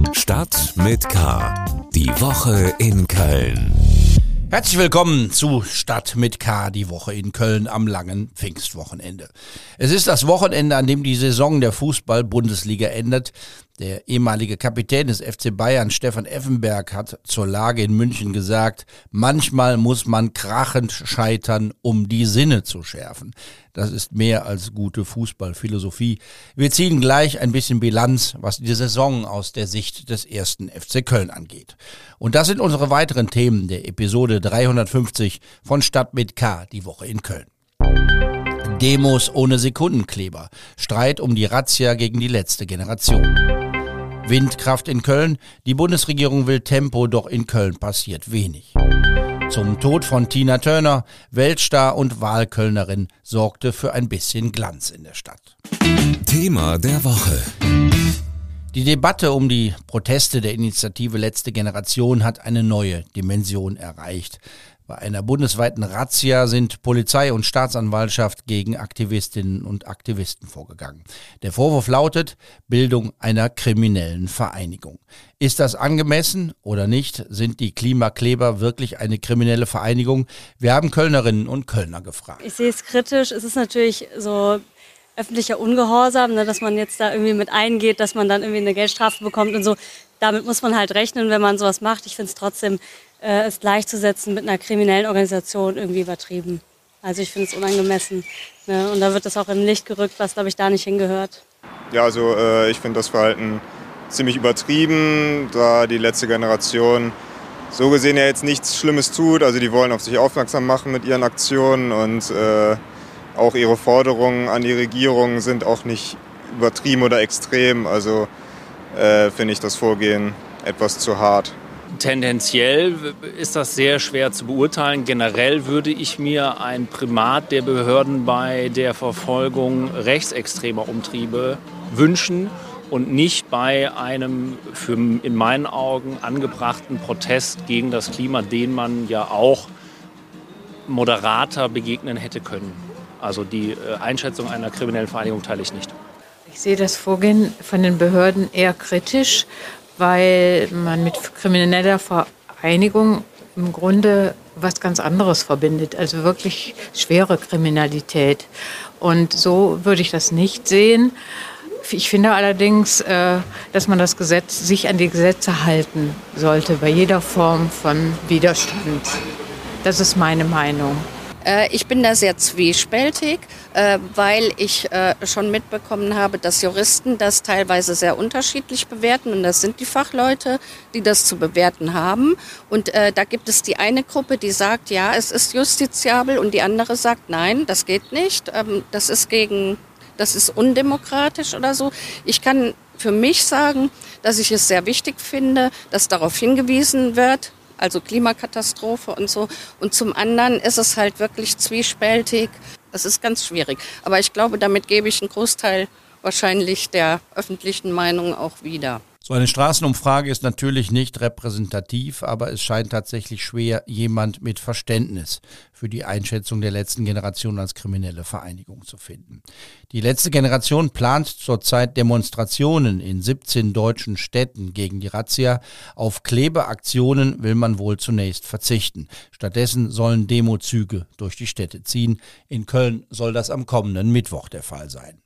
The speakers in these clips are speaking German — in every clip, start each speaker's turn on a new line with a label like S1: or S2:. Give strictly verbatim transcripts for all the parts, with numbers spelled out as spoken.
S1: Stadt mit K. Die Woche in Köln.
S2: Herzlich willkommen zu Stadt mit K, die Woche in Köln am langen Pfingstwochenende. Es ist das Wochenende, an dem die Saison der Fußball-Bundesliga endet. Der ehemalige Kapitän des F C Bayern, Stefan Effenberg, hat zur Lage in München gesagt, manchmal muss man krachend scheitern, um die Sinne zu schärfen. Das ist mehr als gute Fußballphilosophie. Wir ziehen gleich ein bisschen Bilanz, was die Saison aus der Sicht des ersten F C Köln angeht. Und das sind unsere weiteren Themen der Episode dreihundertfünfzig von Stadt mit K, die Woche in Köln. Demos ohne Sekundenkleber. Streit um die Razzia gegen die letzte Generation. Windkraft in Köln. Die Bundesregierung will Tempo, doch in Köln passiert wenig. Zum Tod von Tina Turner. Weltstar und Wahlkölnerin sorgte für ein bisschen Glanz in der Stadt.
S1: Thema der Woche.
S2: Die Debatte um die Proteste der Initiative Letzte Generation hat eine neue Dimension erreicht. Bei einer bundesweiten Razzia sind Polizei und Staatsanwaltschaft gegen Aktivistinnen und Aktivisten vorgegangen. Der Vorwurf lautet Bildung einer kriminellen Vereinigung. Ist das angemessen oder nicht? Sind die Klimakleber wirklich eine kriminelle Vereinigung? Wir haben Kölnerinnen und Kölner gefragt.
S3: Ich sehe es kritisch. Es ist natürlich so öffentlicher Ungehorsam, ne, dass man jetzt da irgendwie mit eingeht, dass man dann irgendwie eine Geldstrafe bekommt und so. Damit muss man halt rechnen, wenn man sowas macht. Ich finde es trotzdem, äh, es gleichzusetzen mit einer kriminellen Organisation irgendwie übertrieben. Also ich finde es unangemessen. Ne? Und da wird das auch in Licht gerückt, was, glaube ich, da nicht hingehört.
S4: Ja, also äh, ich finde das Verhalten ziemlich übertrieben, da die letzte Generation so gesehen ja jetzt nichts Schlimmes tut. Also die wollen auf sich aufmerksam machen mit ihren Aktionen und äh, auch ihre Forderungen an die Regierung sind auch nicht übertrieben oder extrem. Also äh, finde ich das Vorgehen etwas zu hart.
S5: Tendenziell ist das sehr schwer zu beurteilen. Generell würde ich mir ein Primat der Behörden bei der Verfolgung rechtsextremer Umtriebe wünschen und nicht bei einem für in meinen Augen angebrachten Protest gegen das Klima, den man ja auch moderater begegnen hätte können. Also die Einschätzung einer kriminellen Vereinigung teile ich nicht.
S6: Ich sehe das Vorgehen von den Behörden eher kritisch, weil man mit krimineller Vereinigung im Grunde was ganz anderes verbindet, also wirklich schwere Kriminalität. Und so würde ich das nicht sehen. Ich finde allerdings, dass man das Gesetz, sich an die Gesetze halten sollte, bei jeder Form von Widerstand. Das ist meine Meinung.
S7: Ich bin da sehr zwiespältig, weil ich schon mitbekommen habe, dass Juristen das teilweise sehr unterschiedlich bewerten. Und das sind die Fachleute, die das zu bewerten haben. Und da gibt es die eine Gruppe, die sagt, ja, es ist justiziabel. Und die andere sagt, nein, das geht nicht. Das ist gegen, das ist undemokratisch oder so. Ich kann für mich sagen, dass ich es sehr wichtig finde, dass darauf hingewiesen wird, also Klimakatastrophe und so. Und zum anderen ist es halt wirklich zwiespältig. Das ist ganz schwierig. Aber ich glaube, damit gebe ich einen Großteil wahrscheinlich der öffentlichen Meinung auch wieder.
S2: So eine Straßenumfrage ist natürlich nicht repräsentativ, aber es scheint tatsächlich schwer, jemand mit Verständnis für die Einschätzung der letzten Generation als kriminelle Vereinigung zu finden. Die letzte Generation plant zurzeit Demonstrationen in siebzehn deutschen Städten gegen die Razzia. Auf Klebeaktionen will man wohl zunächst verzichten. Stattdessen sollen Demozüge durch die Städte ziehen. In Köln soll das am kommenden Mittwoch der Fall sein.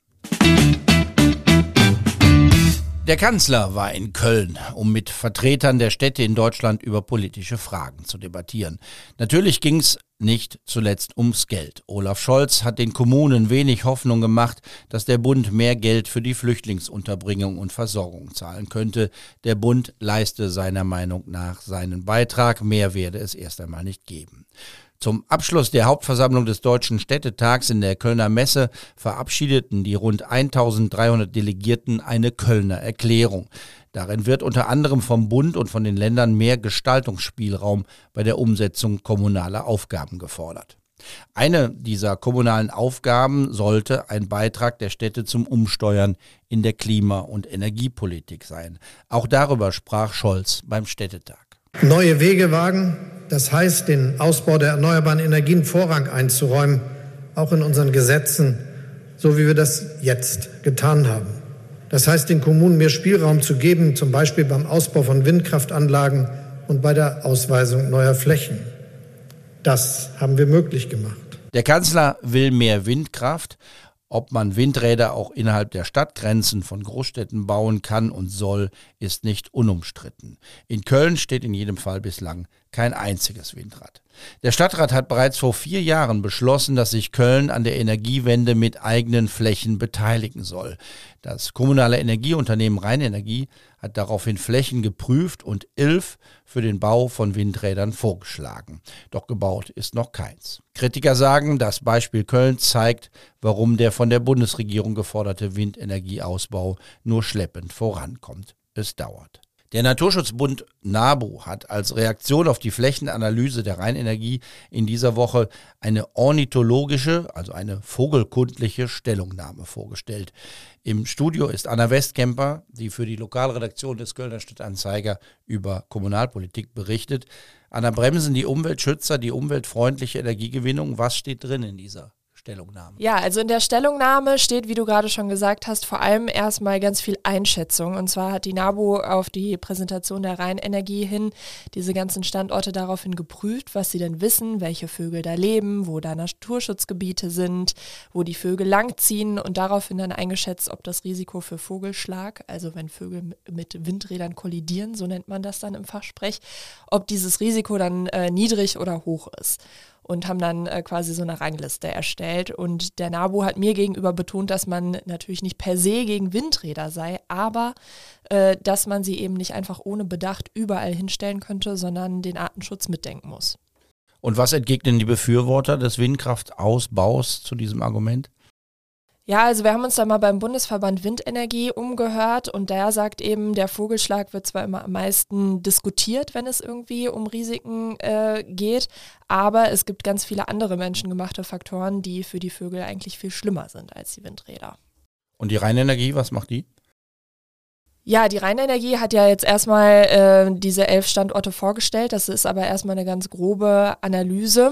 S2: Der Kanzler war in Köln, um mit Vertretern der Städte in Deutschland über politische Fragen zu debattieren. Natürlich ging es nicht zuletzt ums Geld. Olaf Scholz hat den Kommunen wenig Hoffnung gemacht, dass der Bund mehr Geld für die Flüchtlingsunterbringung und Versorgung zahlen könnte. Der Bund leiste seiner Meinung nach seinen Beitrag, mehr werde es erst einmal nicht geben. Zum Abschluss der Hauptversammlung des Deutschen Städtetags in der Kölner Messe verabschiedeten die rund eintausenddreihundert Delegierten eine Kölner Erklärung. Darin wird unter anderem vom Bund und von den Ländern mehr Gestaltungsspielraum bei der Umsetzung kommunaler Aufgaben gefordert. Eine dieser kommunalen Aufgaben sollte ein Beitrag der Städte zum Umsteuern in der Klima- und Energiepolitik sein. Auch darüber sprach Scholz beim Städtetag.
S8: Neue Wege wagen, das heißt, den Ausbau der erneuerbaren Energien Vorrang einzuräumen, auch in unseren Gesetzen, so wie wir das jetzt getan haben. Das heißt, den Kommunen mehr Spielraum zu geben, zum Beispiel beim Ausbau von Windkraftanlagen und bei der Ausweisung neuer Flächen. Das haben wir möglich gemacht.
S2: Der Kanzler will mehr Windkraft. Ob man Windräder auch innerhalb der Stadtgrenzen von Großstädten bauen kann und soll, ist nicht unumstritten. In Köln steht in jedem Fall bislang kein einziges Windrad. Der Stadtrat hat bereits vor vier Jahren beschlossen, dass sich Köln an der Energiewende mit eigenen Flächen beteiligen soll. Das kommunale Energieunternehmen Rheinenergie hat daraufhin Flächen geprüft und elf für den Bau von Windrädern vorgeschlagen. Doch gebaut ist noch keins. Kritiker sagen, das Beispiel Köln zeigt, warum der von der Bundesregierung geforderte Windenergieausbau nur schleppend vorankommt. Es dauert. Der Naturschutzbund NABU hat als Reaktion auf die Flächenanalyse der Rheinenergie in dieser Woche eine ornithologische, also eine vogelkundliche Stellungnahme vorgestellt. Im Studio ist Anna Westkemper, die für die Lokalredaktion des Kölner Stadtanzeiger über Kommunalpolitik berichtet. Anna, bremsen die Umweltschützer die umweltfreundliche Energiegewinnung? Was steht drin in dieser Stellungnahme?
S9: Ja, also in der Stellungnahme steht, wie du gerade schon gesagt hast, vor allem erstmal ganz viel Einschätzung. Und zwar hat die NABU auf die Präsentation der Rheinenergie hin diese ganzen Standorte daraufhin geprüft, was sie denn wissen, welche Vögel da leben, wo da Naturschutzgebiete sind, wo die Vögel langziehen und daraufhin dann eingeschätzt, ob das Risiko für Vogelschlag, also wenn Vögel mit Windrädern kollidieren, so nennt man das dann im Fachsprech, ob dieses Risiko dann äh, niedrig oder hoch ist. Und haben dann äh, quasi so eine Rangliste erstellt. Und der NABU hat mir gegenüber betont, dass man natürlich nicht per se gegen Windräder sei, aber äh, dass man sie eben nicht einfach ohne Bedacht überall hinstellen könnte, sondern den Artenschutz mitdenken muss.
S2: Und was entgegnen die Befürworter des Windkraftausbaus zu diesem Argument?
S9: Ja, also wir haben uns da mal beim Bundesverband Windenergie umgehört und der sagt eben, der Vogelschlag wird zwar immer am meisten diskutiert, wenn es irgendwie um Risiken äh, geht, aber es gibt ganz viele andere menschengemachte Faktoren, die für die Vögel eigentlich viel schlimmer sind als die Windräder.
S2: Und die Rheinenergie, was macht die?
S9: Ja, die Rheinenergie hat ja jetzt erstmal äh, diese elf Standorte vorgestellt, das ist aber erstmal eine ganz grobe Analyse.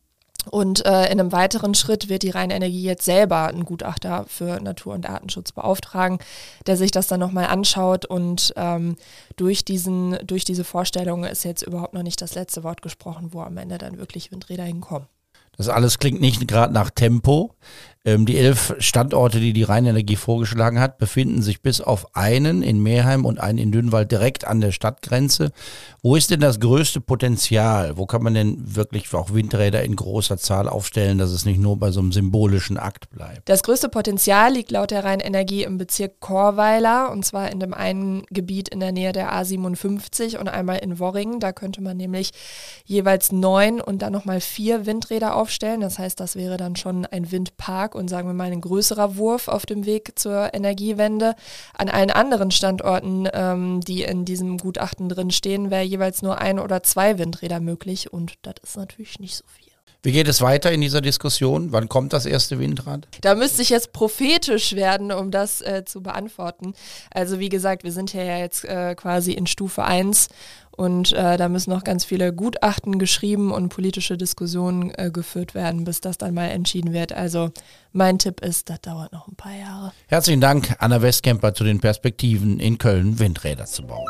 S9: Und äh, in einem weiteren Schritt wird die Rheinenergie jetzt selber einen Gutachter für Natur- und Artenschutz beauftragen, der sich das dann nochmal anschaut und ähm, durch, diesen, durch diese Vorstellung ist jetzt überhaupt noch nicht das letzte Wort gesprochen, wo am Ende dann wirklich Windräder hinkommen.
S2: Das alles klingt nicht gerade nach Tempo. Ähm, die elf Standorte, die die Rheinenergie vorgeschlagen hat, befinden sich bis auf einen in Meerheim und einen in Dünnwald direkt an der Stadtgrenze. Wo ist denn das größte Potenzial? Wo kann man denn wirklich auch Windräder in großer Zahl aufstellen, dass es nicht nur bei so einem symbolischen Akt bleibt?
S9: Das größte Potenzial liegt laut der Rheinenergie im Bezirk Chorweiler und zwar in dem einen Gebiet in der Nähe der A siebenundfünfzig und einmal in Worringen. Da könnte man nämlich jeweils neun und dann nochmal vier Windräder aufstellen. Das heißt, das wäre dann schon ein Windpark und sagen wir mal ein größerer Wurf auf dem Weg zur Energiewende. An allen anderen Standorten, ähm, die in diesem Gutachten drin stehen, wäre jeweils nur ein oder zwei Windräder möglich und das ist natürlich nicht so viel.
S2: Wie geht es weiter in dieser Diskussion? Wann kommt das erste Windrad?
S9: Da müsste ich jetzt prophetisch werden, um das äh, zu beantworten. Also wie gesagt, wir sind ja jetzt äh, quasi in Stufe eins und äh, da müssen noch ganz viele Gutachten geschrieben und politische Diskussionen äh, geführt werden, bis das dann mal entschieden wird. Also mein Tipp ist, das dauert noch ein paar Jahre.
S2: Herzlichen Dank, Anna Westkemper, zu den Perspektiven, in Köln Windräder zu bauen.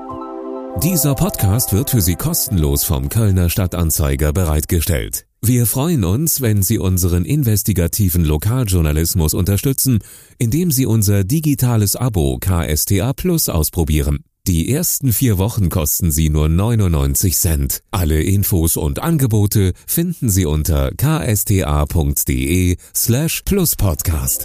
S1: Dieser Podcast wird für Sie kostenlos vom Kölner Stadtanzeiger bereitgestellt. Wir freuen uns, wenn Sie unseren investigativen Lokaljournalismus unterstützen, indem Sie unser digitales Abo K S T A Plus ausprobieren. Die ersten vier Wochen kosten Sie nur neunundneunzig Cent. Alle Infos und Angebote finden Sie unter ksta.de slash pluspodcast.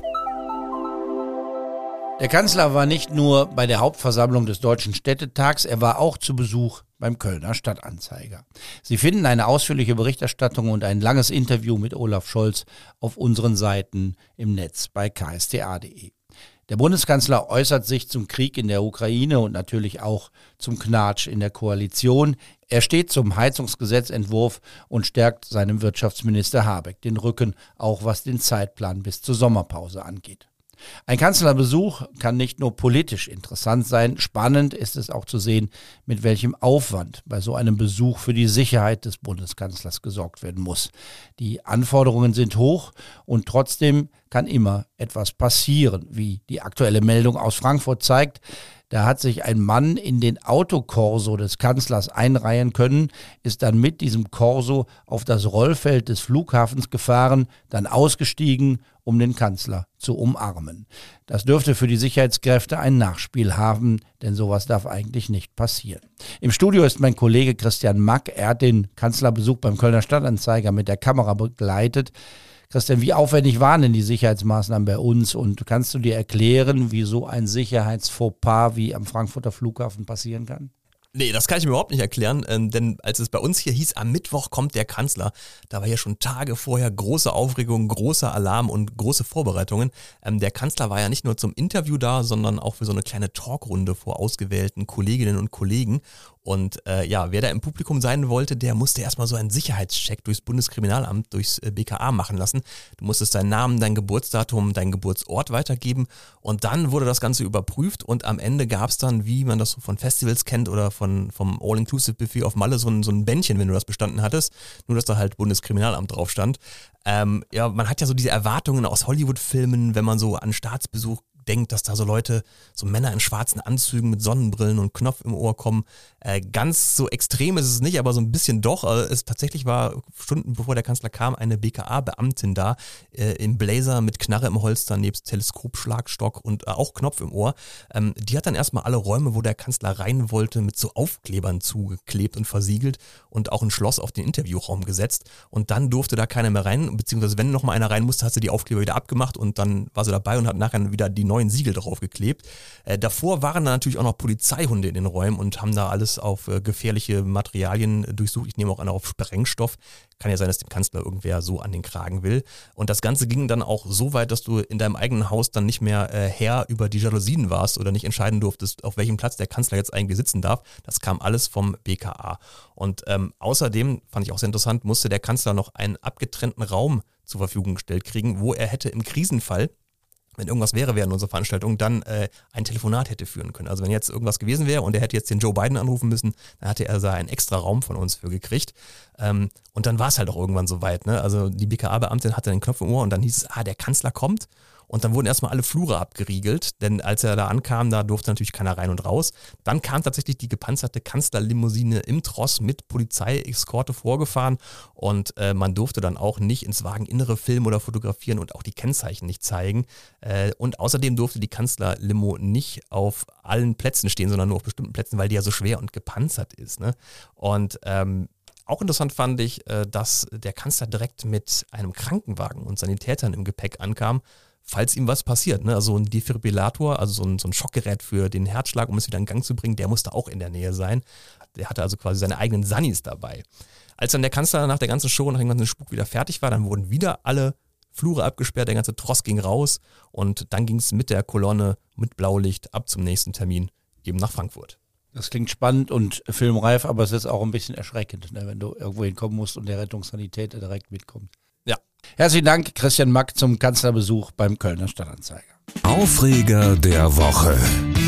S2: Der Kanzler war nicht nur bei der Hauptversammlung des Deutschen Städtetags, er war auch zu Besuch beim Kölner Stadtanzeiger. Sie finden eine ausführliche Berichterstattung und ein langes Interview mit Olaf Scholz auf unseren Seiten im Netz bei k s t a punkt d e. Der Bundeskanzler äußert sich zum Krieg in der Ukraine und natürlich auch zum Knatsch in der Koalition. Er steht zum Heizungsgesetzentwurf und stärkt seinem Wirtschaftsminister Habeck den Rücken, auch was den Zeitplan bis zur Sommerpause angeht. Ein Kanzlerbesuch kann nicht nur politisch interessant sein, spannend ist es auch zu sehen, mit welchem Aufwand bei so einem Besuch für die Sicherheit des Bundeskanzlers gesorgt werden muss. Die Anforderungen sind hoch und trotzdem kann immer etwas passieren, wie die aktuelle Meldung aus Frankfurt zeigt. Da hat sich ein Mann in den Autokorso des Kanzlers einreihen können, ist dann mit diesem Korso auf das Rollfeld des Flughafens gefahren, dann ausgestiegen, um den Kanzler zu umarmen. Das dürfte für die Sicherheitskräfte ein Nachspiel haben, denn sowas darf eigentlich nicht passieren. Im Studio ist mein Kollege Christian Mack. Er hat den Kanzlerbesuch beim Kölner Stadtanzeiger mit der Kamera begleitet. Christian, wie aufwendig waren denn die Sicherheitsmaßnahmen bei uns und kannst du dir erklären, wie so ein Sicherheitsfauxpas wie am Frankfurter Flughafen passieren kann?
S10: Nee, das kann ich mir überhaupt nicht erklären, ähm, denn als es bei uns hier hieß, am Mittwoch kommt der Kanzler, da war ja schon Tage vorher große Aufregung, großer Alarm und große Vorbereitungen. Ähm, der Kanzler war ja nicht nur zum Interview da, sondern auch für so eine kleine Talkrunde vor ausgewählten Kolleginnen und Kollegen. Und äh, ja, wer da im Publikum sein wollte, der musste erstmal so einen Sicherheitscheck durchs Bundeskriminalamt, durchs äh, B K A machen lassen. Du musstest deinen Namen, dein Geburtsdatum, deinen Geburtsort weitergeben und dann wurde das Ganze überprüft und am Ende gab es dann, wie man das so von Festivals kennt oder von vom All-Inclusive-Buffet auf Malle, so ein, so ein Bändchen, wenn du das bestanden hattest, nur dass da halt Bundeskriminalamt drauf stand. Ähm, ja, man hat ja so diese Erwartungen aus Hollywood-Filmen, wenn man so an Staatsbesuch denkt, dass da so Leute, so Männer in schwarzen Anzügen mit Sonnenbrillen und Knopf im Ohr kommen. Äh, ganz so extrem ist es nicht, aber so ein bisschen doch. Also es tatsächlich war Stunden bevor der Kanzler kam, eine B K A-Beamtin da, äh, im Blazer mit Knarre im Holster, nebst Teleskopschlagstock und äh, auch Knopf im Ohr. Ähm, die hat dann erstmal alle Räume, wo der Kanzler rein wollte, mit so Aufklebern zugeklebt und versiegelt und auch ein Schloss auf den Interviewraum gesetzt. Und dann durfte da keiner mehr rein, beziehungsweise wenn noch mal einer rein musste, hat sie die Aufkleber wieder abgemacht und dann war sie dabei und hat nachher wieder die neuen Siegel draufgeklebt. Äh, davor waren da natürlich auch noch Polizeihunde in den Räumen und haben da alles auf äh, gefährliche Materialien durchsucht. Ich nehme auch an auf Sprengstoff. Kann ja sein, dass dem Kanzler irgendwer so an den Kragen will. Und das Ganze ging dann auch so weit, dass du in deinem eigenen Haus dann nicht mehr äh, Herr über die Jalousien warst oder nicht entscheiden durftest, auf welchem Platz der Kanzler jetzt eigentlich sitzen darf. Das kam alles vom B K A. Und ähm, außerdem, fand ich auch sehr interessant, musste der Kanzler noch einen abgetrennten Raum zur Verfügung gestellt kriegen, wo er hätte im Krisenfall, wenn irgendwas wäre während unserer Veranstaltung, dann äh, ein Telefonat hätte führen können. Also wenn jetzt irgendwas gewesen wäre und er hätte jetzt den Joe Biden anrufen müssen, dann hatte er da einen extra Raum von uns für gekriegt. Ähm, und dann war es halt auch irgendwann soweit. Ne? Also die B K A-Beamtin hatte den Knopf im Ohr und dann hieß es, ah, der Kanzler kommt. Und dann wurden erstmal alle Flure abgeriegelt, denn als er da ankam, da durfte natürlich keiner rein und raus. Dann kam tatsächlich die gepanzerte Kanzlerlimousine im Tross mit Polizeieskorte vorgefahren und äh, man durfte dann auch nicht ins Wageninnere filmen oder fotografieren und auch die Kennzeichen nicht zeigen. Äh, und außerdem durfte die Kanzlerlimo nicht auf allen Plätzen stehen, sondern nur auf bestimmten Plätzen, weil die ja so schwer und gepanzert ist. Ne? Und ähm, auch interessant fand ich, dass der Kanzler direkt mit einem Krankenwagen und Sanitätern im Gepäck ankam, falls ihm was passiert. Ne? Also ein Defibrillator, also so ein, so ein Schockgerät für den Herzschlag, um es wieder in Gang zu bringen, der musste auch in der Nähe sein. Der hatte also quasi seine eigenen Sannis dabei. Als dann der Kanzler nach der ganzen Show, nach dem ganzen Spuk wieder fertig war, dann wurden wieder alle Flure abgesperrt, der ganze Tross ging raus und dann ging es mit der Kolonne mit Blaulicht ab zum nächsten Termin, eben nach Frankfurt.
S2: Das klingt spannend und filmreif, aber es ist auch ein bisschen erschreckend, ne, wenn du irgendwo hinkommen musst und der Rettungssanitäter direkt mitkommt.
S10: Ja.
S2: Herzlichen Dank, Christian Mack, zum Kanzlerbesuch beim Kölner Stadtanzeiger.
S1: Aufreger der Woche.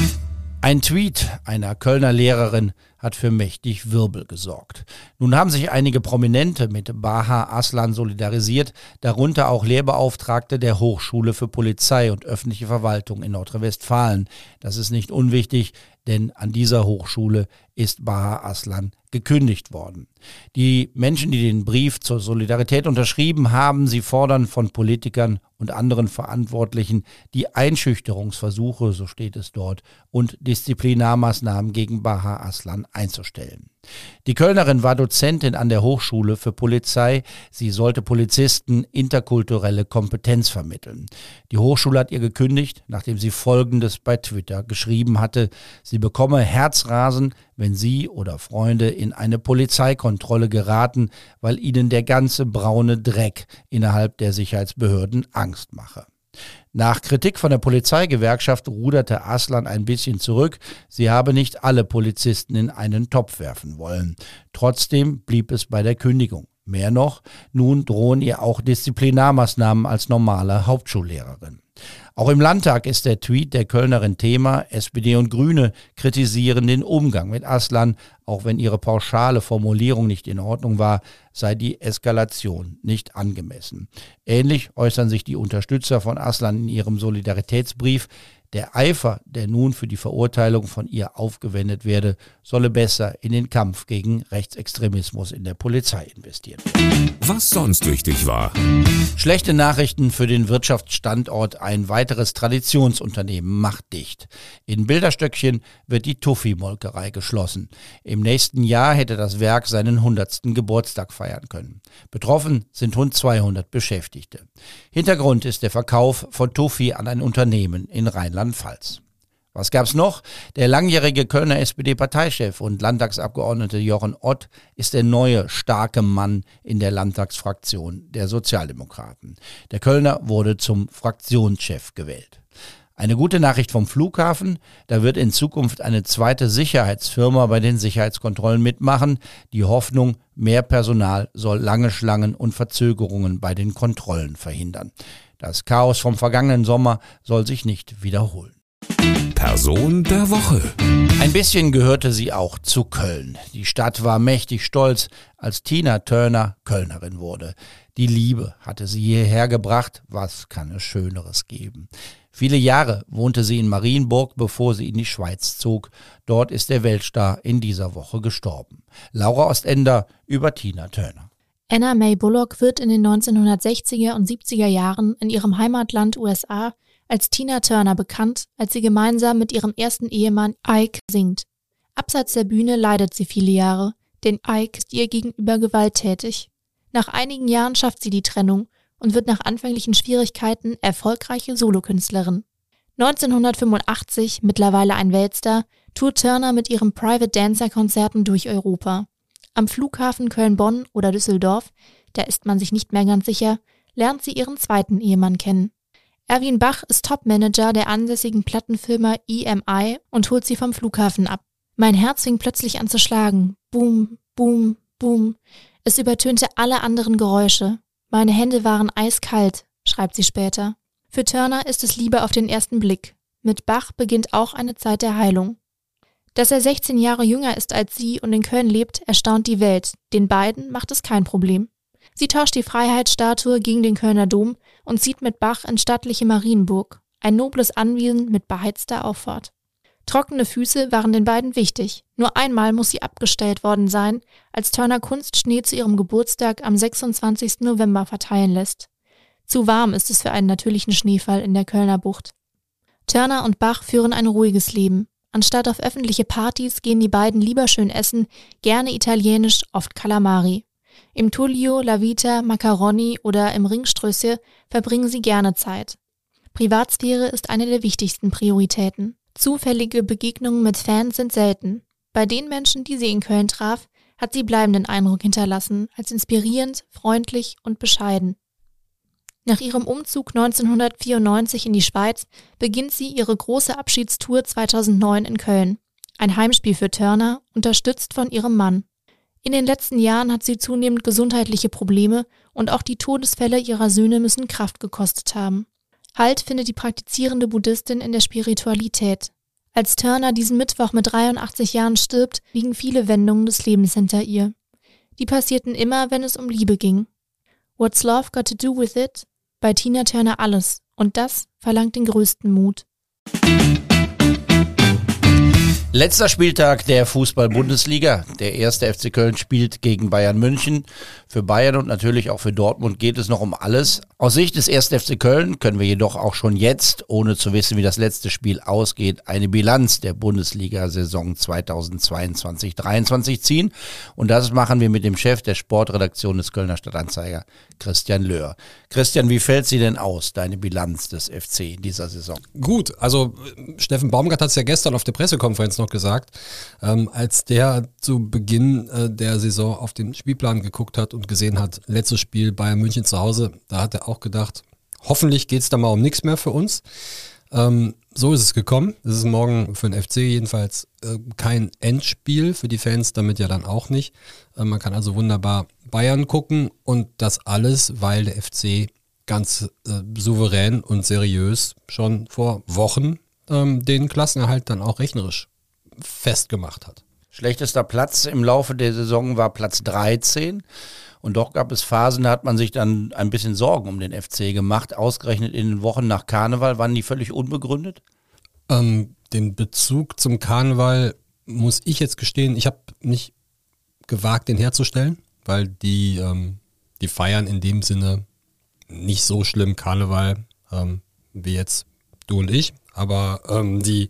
S2: Ein Tweet einer Kölner Lehrerin hat für mächtig Wirbel gesorgt. Nun haben sich einige Prominente mit Baha Aslan solidarisiert, darunter auch Lehrbeauftragte der Hochschule für Polizei und öffentliche Verwaltung in Nordrhein-Westfalen. Das ist nicht unwichtig, denn an dieser Hochschule ist Baha Aslan gekündigt worden. Die Menschen, die den Brief zur Solidarität unterschrieben haben, sie fordern von Politikern und anderen Verantwortlichen die Einschüchterungsversuche, so steht es dort, und Disziplinarmaßnahmen gegen Baha Aslan einzustellen. Die Kölnerin war Dozentin an der Hochschule für Polizei. Sie sollte Polizisten interkulturelle Kompetenz vermitteln. Die Hochschule hat ihr gekündigt, nachdem sie Folgendes bei Twitter geschrieben hatte: Sie bekomme Herzrasen, wenn sie oder Freunde in eine Polizeikontrolle geraten, weil ihnen der ganze braune Dreck innerhalb der Sicherheitsbehörden Angst mache. Nach Kritik von der Polizeigewerkschaft ruderte Aslan ein bisschen zurück. Sie habe nicht alle Polizisten in einen Topf werfen wollen. Trotzdem blieb es bei der Kündigung. Mehr noch, nun drohen ihr auch Disziplinarmaßnahmen als normale Hauptschullehrerin. Auch im Landtag ist der Tweet der Kölnerin Thema. S P D und Grüne kritisieren den Umgang mit Aslan. Auch wenn ihre pauschale Formulierung nicht in Ordnung war, sei die Eskalation nicht angemessen. Ähnlich äußern sich die Unterstützer von Aslan in ihrem Solidaritätsbrief. Der Eifer, der nun für die Verurteilung von ihr aufgewendet werde, solle besser in den Kampf gegen Rechtsextremismus in der Polizei investiert werden.
S1: Was sonst wichtig war.
S2: Schlechte Nachrichten für den Wirtschaftsstandort. Ein weiteres Traditionsunternehmen macht dicht. In Bilderstöckchen wird die Tuffy-Molkerei geschlossen. Im nächsten Jahr hätte das Werk seinen hundertsten Geburtstag feiern können. Betroffen sind rund zweihundert Beschäftigte. Hintergrund ist der Verkauf von Tuffy an ein Unternehmen in Rheinland-Pfalz. Was gab's noch? Der langjährige Kölner S P D-Parteichef und Landtagsabgeordnete Jochen Ott ist der neue starke Mann in der Landtagsfraktion der Sozialdemokraten. Der Kölner wurde zum Fraktionschef gewählt. Eine gute Nachricht vom Flughafen, da wird in Zukunft eine zweite Sicherheitsfirma bei den Sicherheitskontrollen mitmachen. Die Hoffnung, mehr Personal soll lange Schlangen und Verzögerungen bei den Kontrollen verhindern. Das Chaos vom vergangenen Sommer soll sich nicht wiederholen.
S1: Person der Woche.
S2: Ein bisschen gehörte sie auch zu Köln. Die Stadt war mächtig stolz, als Tina Turner Kölnerin wurde. Die Liebe hatte sie hierher gebracht. Was kann es Schöneres geben? Viele Jahre wohnte sie in Marienburg, bevor sie in die Schweiz zog. Dort ist der Weltstar in dieser Woche gestorben. Laura Ostender über Tina Turner.
S11: Anna Mae Bullock wird in den neunzehnhundertsechziger und siebziger Jahren in ihrem Heimatland U S A als Tina Turner bekannt, als sie gemeinsam mit ihrem ersten Ehemann Ike singt. Abseits der Bühne leidet sie viele Jahre, denn Ike ist ihr gegenüber gewalttätig. Nach einigen Jahren schafft sie die Trennung und wird nach anfänglichen Schwierigkeiten erfolgreiche Solokünstlerin. neunzehnhundertfünfundachtzig, mittlerweile ein Weltstar, tourt Turner mit ihren Private Dancer Konzerten durch Europa. Am Flughafen Köln-Bonn oder Düsseldorf, da ist man sich nicht mehr ganz sicher, lernt sie ihren zweiten Ehemann kennen. Erwin Bach ist Topmanager der ansässigen Plattenfirma E M I und holt sie vom Flughafen ab. Mein Herz fing plötzlich an zu schlagen. Boom, boom, boom. Es übertönte alle anderen Geräusche. Meine Hände waren eiskalt, schreibt sie später. Für Turner ist es Liebe auf den ersten Blick. Mit Bach beginnt auch eine Zeit der Heilung. Dass er sechzehn Jahre jünger ist als sie und in Köln lebt, erstaunt die Welt. Den beiden macht es kein Problem. Sie tauscht die Freiheitsstatue gegen den Kölner Dom und zieht mit Bach ins stattliche Marienburg, ein nobles Anwesen mit beheizter Auffahrt. Trockene Füße waren den beiden wichtig. Nur einmal muss sie abgestellt worden sein, als Turner Kunstschnee zu ihrem Geburtstag am sechsundzwanzigsten November verteilen lässt. Zu warm ist es für einen natürlichen Schneefall in der Kölner Bucht. Turner und Bach führen ein ruhiges Leben. Anstatt auf öffentliche Partys gehen die beiden lieber schön essen, gerne italienisch, oft Calamari. Im Tullio, La Vita, Macaroni oder im Ringströsschen verbringen sie gerne Zeit. Privatsphäre ist eine der wichtigsten Prioritäten. Zufällige Begegnungen mit Fans sind selten. Bei den Menschen, die sie in Köln traf, hat sie bleibenden Eindruck hinterlassen, als inspirierend, freundlich und bescheiden. Nach ihrem Umzug neunzehnhundertvierundneunzig in die Schweiz beginnt sie ihre große Abschiedstour zweitausendneun in Köln. Ein Heimspiel für Turner, unterstützt von ihrem Mann. In den letzten Jahren hat sie zunehmend gesundheitliche Probleme und auch die Todesfälle ihrer Söhne müssen Kraft gekostet haben. Halt findet die praktizierende Buddhistin in der Spiritualität. Als Turner diesen Mittwoch mit dreiundachtzig Jahren stirbt, liegen viele Wendungen des Lebens hinter ihr. Die passierten immer, wenn es um Liebe ging. What's Love Got to Do With It? Bei Tina Turner alles. Und das verlangt den größten Mut.
S2: Letzter Spieltag der Fußball-Bundesliga. Der erste F C Köln spielt gegen Bayern München. Für Bayern und natürlich auch für Dortmund geht es noch um alles. Aus Sicht des ersten F C Köln können wir jedoch auch schon jetzt, ohne zu wissen, wie das letzte Spiel ausgeht, eine Bilanz der Bundesliga-Saison zweitausendzweiundzwanzig dreiundzwanzig ziehen. Und das machen wir mit dem Chef der Sportredaktion des Kölner Stadtanzeiger, Christian Löhr. Christian, wie fällt sie denn aus, deine Bilanz des F C in dieser Saison?
S12: Gut, also Steffen Baumgart hat es ja gestern auf der Pressekonferenz noch gesagt, ähm, als der zu Beginn äh, der Saison auf den Spielplan geguckt hat und gesehen hat, letztes Spiel Bayern München zu Hause, da hat er auch gedacht, hoffentlich geht es da mal um nichts mehr für uns. Ähm, so ist es gekommen. Es ist morgen für den F C jedenfalls äh, kein Endspiel, für die Fans damit ja dann auch nicht. Äh, man kann also wunderbar Bayern gucken und das alles, weil der F C ganz äh, souverän und seriös schon vor Wochen ähm, den Klassenerhalt dann auch rechnerisch festgemacht hat.
S2: Schlechtester Platz im Laufe der Saison war Platz dreizehn. Und doch gab es Phasen, da hat man sich dann ein bisschen Sorgen um den F C gemacht. Ausgerechnet in den Wochen nach Karneval, waren die völlig unbegründet?
S12: Ähm, den Bezug zum Karneval muss ich jetzt gestehen, ich habe nicht gewagt, den herzustellen, weil die, ähm, die feiern in dem Sinne nicht so schlimm Karneval ähm, wie jetzt du und ich. Aber ähm, die,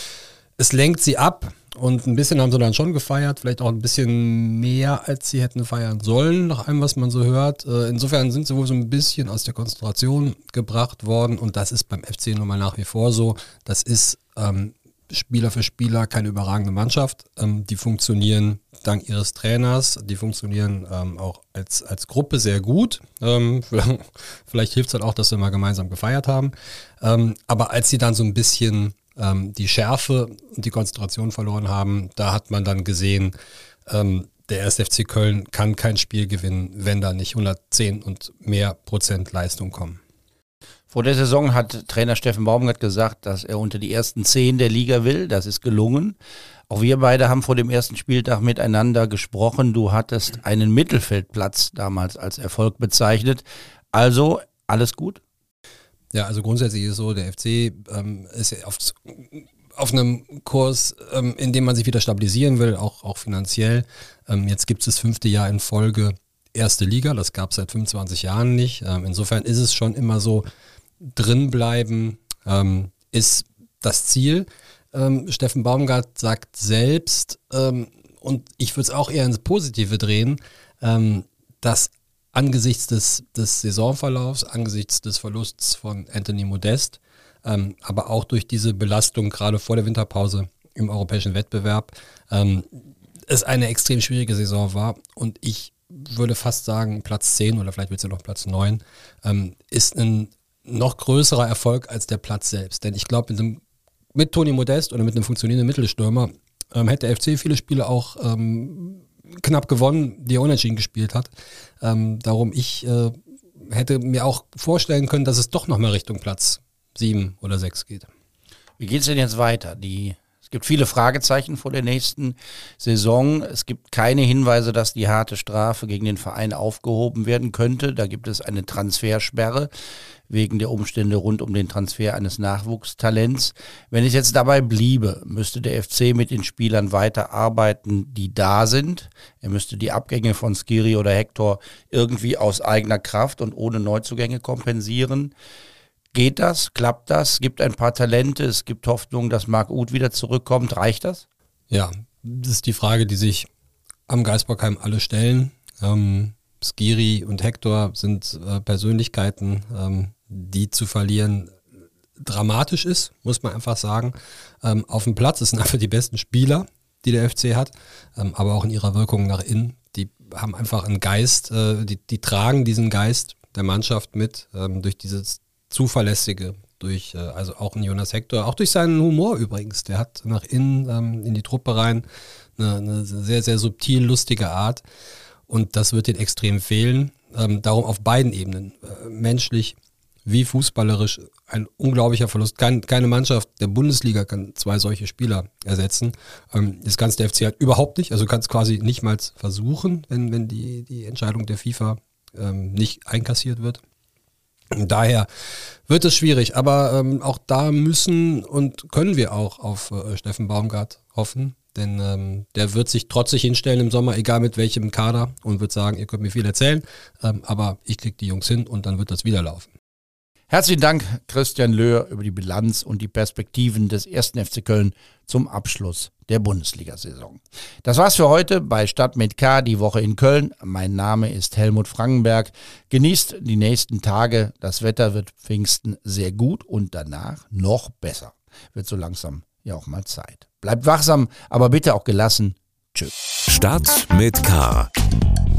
S12: es lenkt sie ab. Und ein bisschen haben sie dann schon gefeiert, vielleicht auch ein bisschen mehr, als sie hätten feiern sollen, nach allem, was man so hört. Insofern sind sie wohl so ein bisschen aus der Konzentration gebracht worden und das ist beim F C nun mal nach wie vor so. Das ist ähm, Spieler für Spieler keine überragende Mannschaft. Ähm, die funktionieren dank ihres Trainers, die funktionieren ähm, auch als, als Gruppe sehr gut. Ähm, vielleicht hilft es halt auch, dass sie mal gemeinsam gefeiert haben. Ähm, aber als sie dann so ein bisschen die Schärfe und die Konzentration verloren haben, da hat man dann gesehen, ähm, der erste F C Köln kann kein Spiel gewinnen, wenn da nicht hundertzehn und mehr Prozent Leistung kommen.
S2: Vor der Saison hat Trainer Steffen Baumgart gesagt, dass er unter die ersten zehn der Liga will. Das ist gelungen. Auch wir beide haben vor dem ersten Spieltag miteinander gesprochen. Du hattest einen Mittelfeldplatz damals als Erfolg bezeichnet. Also alles gut?
S12: Ja, also grundsätzlich ist es so, der F C ähm, ist auf, auf einem Kurs, ähm, in dem man sich wieder stabilisieren will, auch, auch finanziell. Ähm, jetzt gibt es das fünfte Jahr in Folge erste Liga, das gab es seit fünfundzwanzig Jahren nicht. Ähm, insofern ist es schon immer so, drinbleiben ähm, ist das Ziel. Ähm, Steffen Baumgart sagt selbst, ähm, und ich würde es auch eher ins Positive drehen, ähm, dass angesichts des, des Saisonverlaufs, angesichts des Verlusts von Anthony Modest, ähm, aber auch durch diese Belastung gerade vor der Winterpause im europäischen Wettbewerb, ähm, es eine extrem schwierige Saison war und ich würde fast sagen, Platz zehn oder vielleicht wird es ja noch Platz neun, ähm, ist ein noch größerer Erfolg als der Platz selbst. Denn ich glaube, mit, mit Toni Modest oder mit einem funktionierenden Mittelstürmer ähm, hätte der F C viele Spiele auch ähm, knapp gewonnen, die er unentschieden gespielt hat. Ähm, darum, ich äh, hätte mir auch vorstellen können, dass es doch nochmal Richtung Platz sieben oder sechs geht.
S2: Wie geht es denn jetzt weiter? Die, es gibt viele Fragezeichen vor der nächsten Saison. Es gibt keine Hinweise, dass die harte Strafe gegen den Verein aufgehoben werden könnte. Da gibt es eine Transfersperre wegen der Umstände rund um den Transfer eines Nachwuchstalents. Wenn es jetzt dabei bliebe, müsste der F C mit den Spielern weiterarbeiten, die da sind. Er müsste die Abgänge von Skiri oder Hector irgendwie aus eigener Kraft und ohne Neuzugänge kompensieren. Geht das? Klappt das? Es gibt ein paar Talente, es gibt Hoffnung, dass Marc Uth wieder zurückkommt. Reicht das?
S12: Ja, das ist die Frage, die sich am Geisbockheim alle stellen. Ähm, Skiri und Hector sind äh, Persönlichkeiten, ähm, die zu verlieren dramatisch ist, muss man einfach sagen. Ähm, auf dem Platz, es sind einfach die besten Spieler, die der F C hat, ähm, aber auch in ihrer Wirkung nach innen. Die haben einfach einen Geist, äh, die, die tragen diesen Geist der Mannschaft mit, ähm, durch dieses Zuverlässige, durch, äh, also auch ein Jonas Hector, auch durch seinen Humor übrigens. Der hat nach innen ähm, in die Truppe rein eine, eine sehr, sehr subtil, lustige Art. Und das wird ihnen extrem fehlen. Ähm, darum auf beiden Ebenen, äh, menschlich wie fußballerisch, ein unglaublicher Verlust. Kein, keine Mannschaft der Bundesliga kann zwei solche Spieler ersetzen. Ähm, das kann der F C halt überhaupt nicht. Also kann es quasi nicht mal versuchen, wenn, wenn die, die Entscheidung der FIFA ähm, nicht einkassiert wird. Und daher wird es schwierig. Aber ähm, auch da müssen und können wir auch auf äh, Steffen Baumgart hoffen. Denn ähm, der wird sich trotzig hinstellen im Sommer, egal mit welchem Kader, und wird sagen, ihr könnt mir viel erzählen, ähm, aber ich kriege die Jungs hin und dann wird das wieder laufen.
S2: Herzlichen Dank, Christian Löhr, über die Bilanz und die Perspektiven des ersten F C Köln zum Abschluss der Bundesliga-Saison. Das war's für heute bei Stadt mit K, die Woche in Köln. Mein Name ist Helmut Frankenberg. Genießt die nächsten Tage. Das Wetter wird Pfingsten sehr gut und danach noch besser. Wird so langsam ja auch mal Zeit. Bleibt wachsam, aber bitte auch gelassen. Tschüss.
S1: Stadt mit K.